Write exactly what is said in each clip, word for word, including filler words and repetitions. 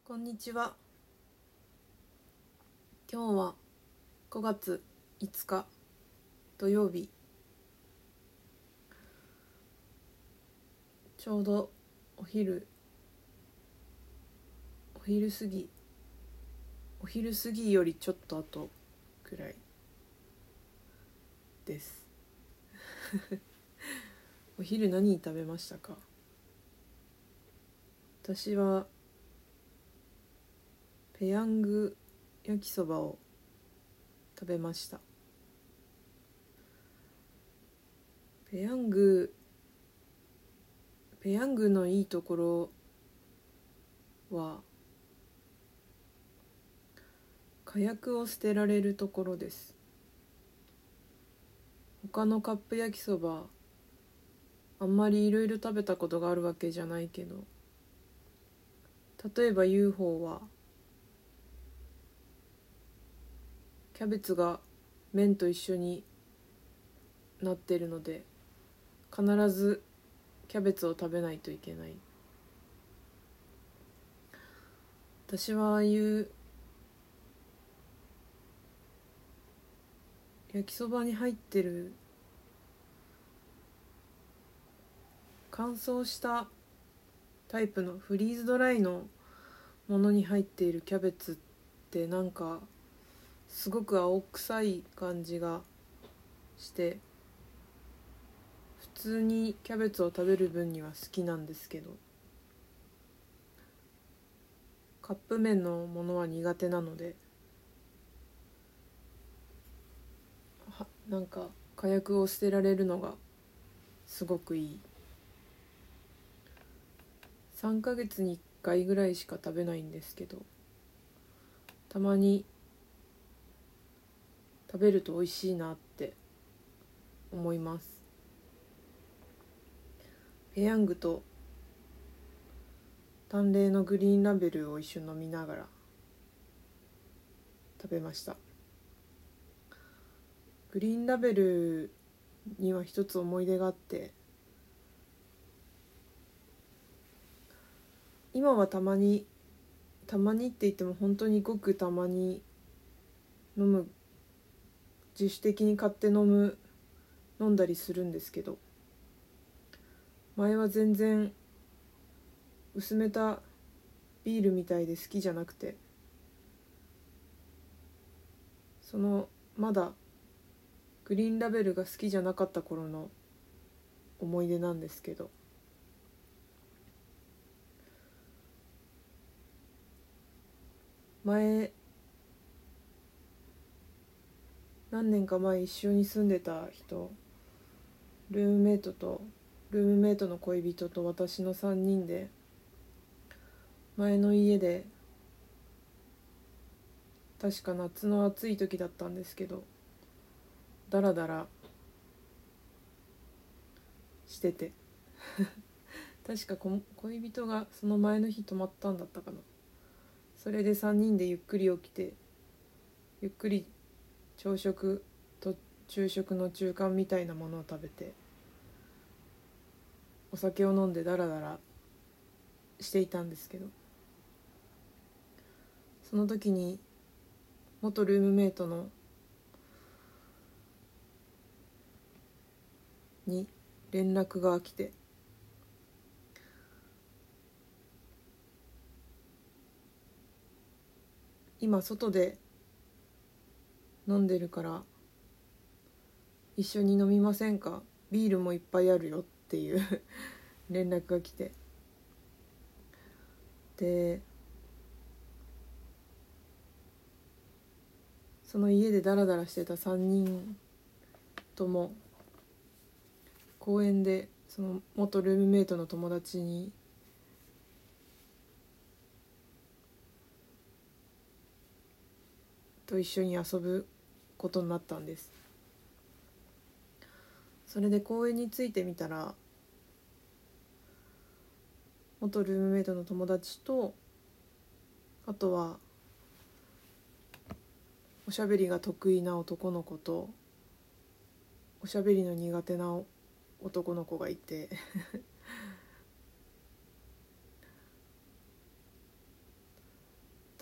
こんにちは。今日はごがついつか土曜日、ちょうどお昼お昼過ぎお昼過ぎよりちょっと後くらいですお昼何食べましたか？私はペヤング焼きそばを食べました。ペヤングペヤングのいいところは火薬を捨てられるところです。他のカップ焼きそばあんまりいろいろ食べたことがあるわけじゃないけど、例えば ユーフォー はキャベツが麺と一緒になってるので必ずキャベツを食べないといけない。私はああいう焼きそばに入ってる乾燥したタイプのフリーズドライのものに入っているキャベツってなんかすごく青臭い感じがして普通にキャベツを食べる分には好きなんですけど、カップ麺のものは苦手なので、はなんか火薬を捨てられるのがすごくいい。さんかげつにいっかいぐらいしか食べないんですけど、たまに食べると美味しいなって思います。ペヤングと淡麗のグリーンラベルを一緒に飲みながら食べました。グリーンラベルには一つ思い出があって、今はたまにたまにって言っても本当にごくたまに飲む、自主的に買って飲む飲んだりするんですけど、前は全然薄めたビールみたいで好きじゃなくて、そのまだグリーンラベルが好きじゃなかった頃の思い出なんですけど、前何年か前一緒に住んでた人、ルームメイトとルームメイトの恋人と私のさんにんで前の家で、確か夏の暑い時だったんですけど、ダラダラしてて確か恋人がその前の日泊まったんだったかな。それでさんにんでゆっくり起きて、ゆっくり朝食と昼食の中間みたいなものを食べてお酒を飲んでダラダラしていたんですけど、その時に元ルームメイトのに連絡が来て、今外で飲んでるから一緒に飲みませんか、ビールもいっぱいあるよっていう連絡が来て、でその家でダラダラしてたさんにんとも公園でその元ルームメイトの友達にと一緒に遊ぶことになったんです。それで公園に着いてみたら、元ルームメイトの友達と、あとはおしゃべりが得意な男の子とおしゃべりの苦手な男の子がいて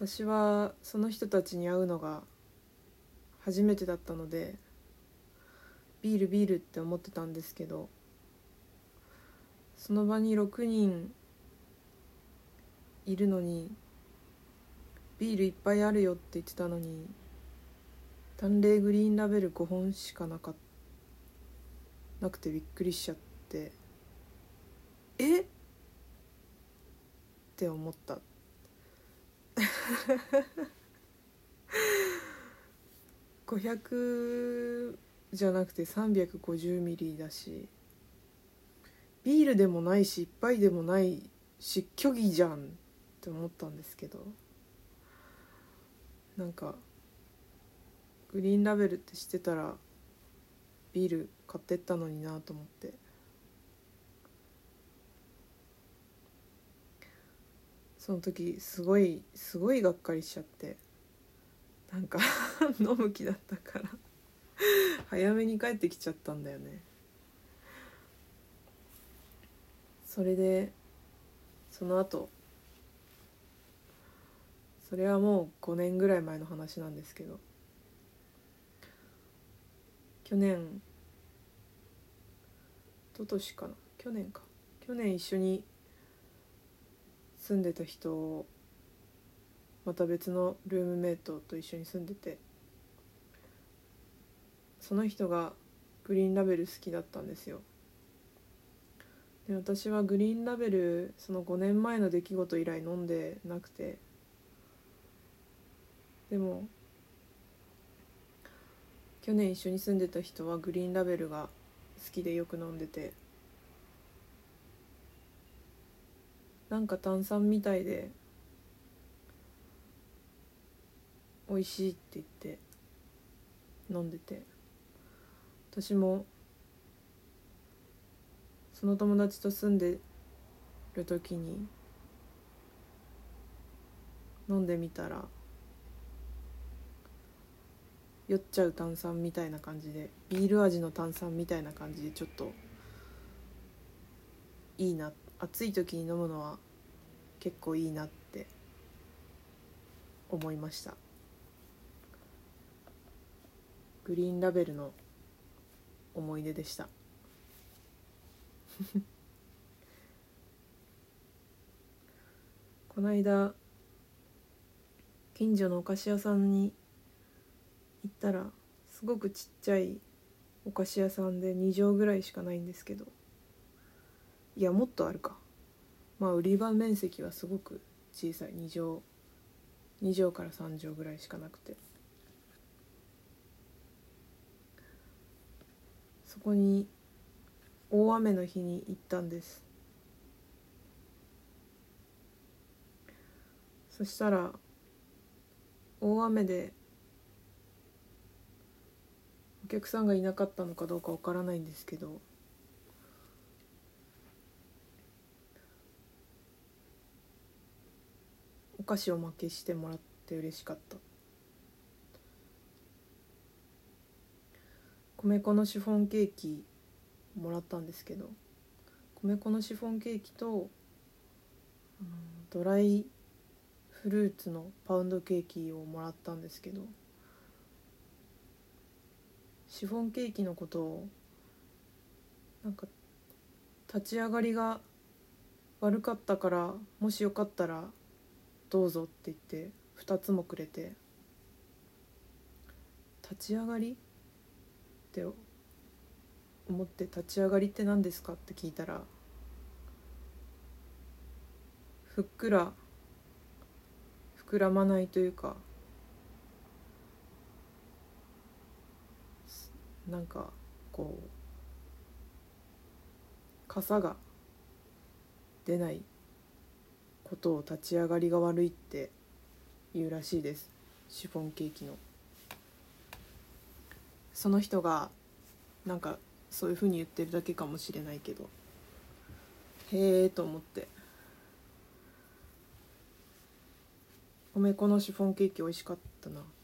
私はその人たちに会うのが初めてだったので、ビールビールって思ってたんですけど、その場にろくにんいるのに、ビールいっぱいあるよって言ってたのに、淡麗グリーンラベルごほんしかなかなくてびっくりしちゃって、えって思ったごひゃくじゃなくてさんびゃくごじゅうミリだし、ビールでもないしいっぱいでもないし虚偽じゃんって思ったんですけど、なんかグリーンラベルって知ってたらビール買ってったのになと思って、その時すごいすごいがっかりしちゃって、なんか飲む気だったから早めに帰ってきちゃったんだよね。それでその後、それはもうごねんぐらい前の話なんですけど、去年一昨年かな去年か去年一緒に住んでた人、また別のルームメイトと一緒に住んでて、その人がグリーンラベル好きだったんですよ。で、私はグリーンラベルそのごねんまえの出来事以来飲んでなくて、でも去年一緒に住んでた人はグリーンラベルが好きでよく飲んでて、なんか炭酸みたいで美味しいって言って飲んでて、私もその友達と住んでる時に飲んでみたら酔っちゃう炭酸みたいな感じで、ビール味の炭酸みたいな感じでちょっといいな、暑い時に飲むのは結構いいなって思いました。グリーンラベルの思い出でしたこの間近所のお菓子屋さんに行ったら、すごくちっちゃいお菓子屋さんでに畳ぐらいしかないんですけど、いやもっとあるか、まあ売り場面積はすごく小さい、に畳に畳からさん畳ぐらいしかなくて、そこに大雨の日に行ったんです。そしたら大雨でお客さんがいなかったのかどうかわからないんですけど、お菓子を負けしてもらって嬉しかった。米粉のシフォンケーキもらったんですけど、米粉のシフォンケーキとドライフルーツのパウンドケーキをもらったんですけど、シフォンケーキのことをなんか立ち上がりが悪かったから、もしよかったらどうぞって言ってふたつもくれて、立ち上がりって思って、立ち上がりって何ですかって聞いたら、ふっくら膨らまないというか、なんかこう傘が出ないことを立ち上がりが悪いって言うらしいです、シフォンケーキの。その人がなんかそういう風に言ってるだけかもしれないけど、へえと思って。米粉のシフォンケーキ美味しかったな。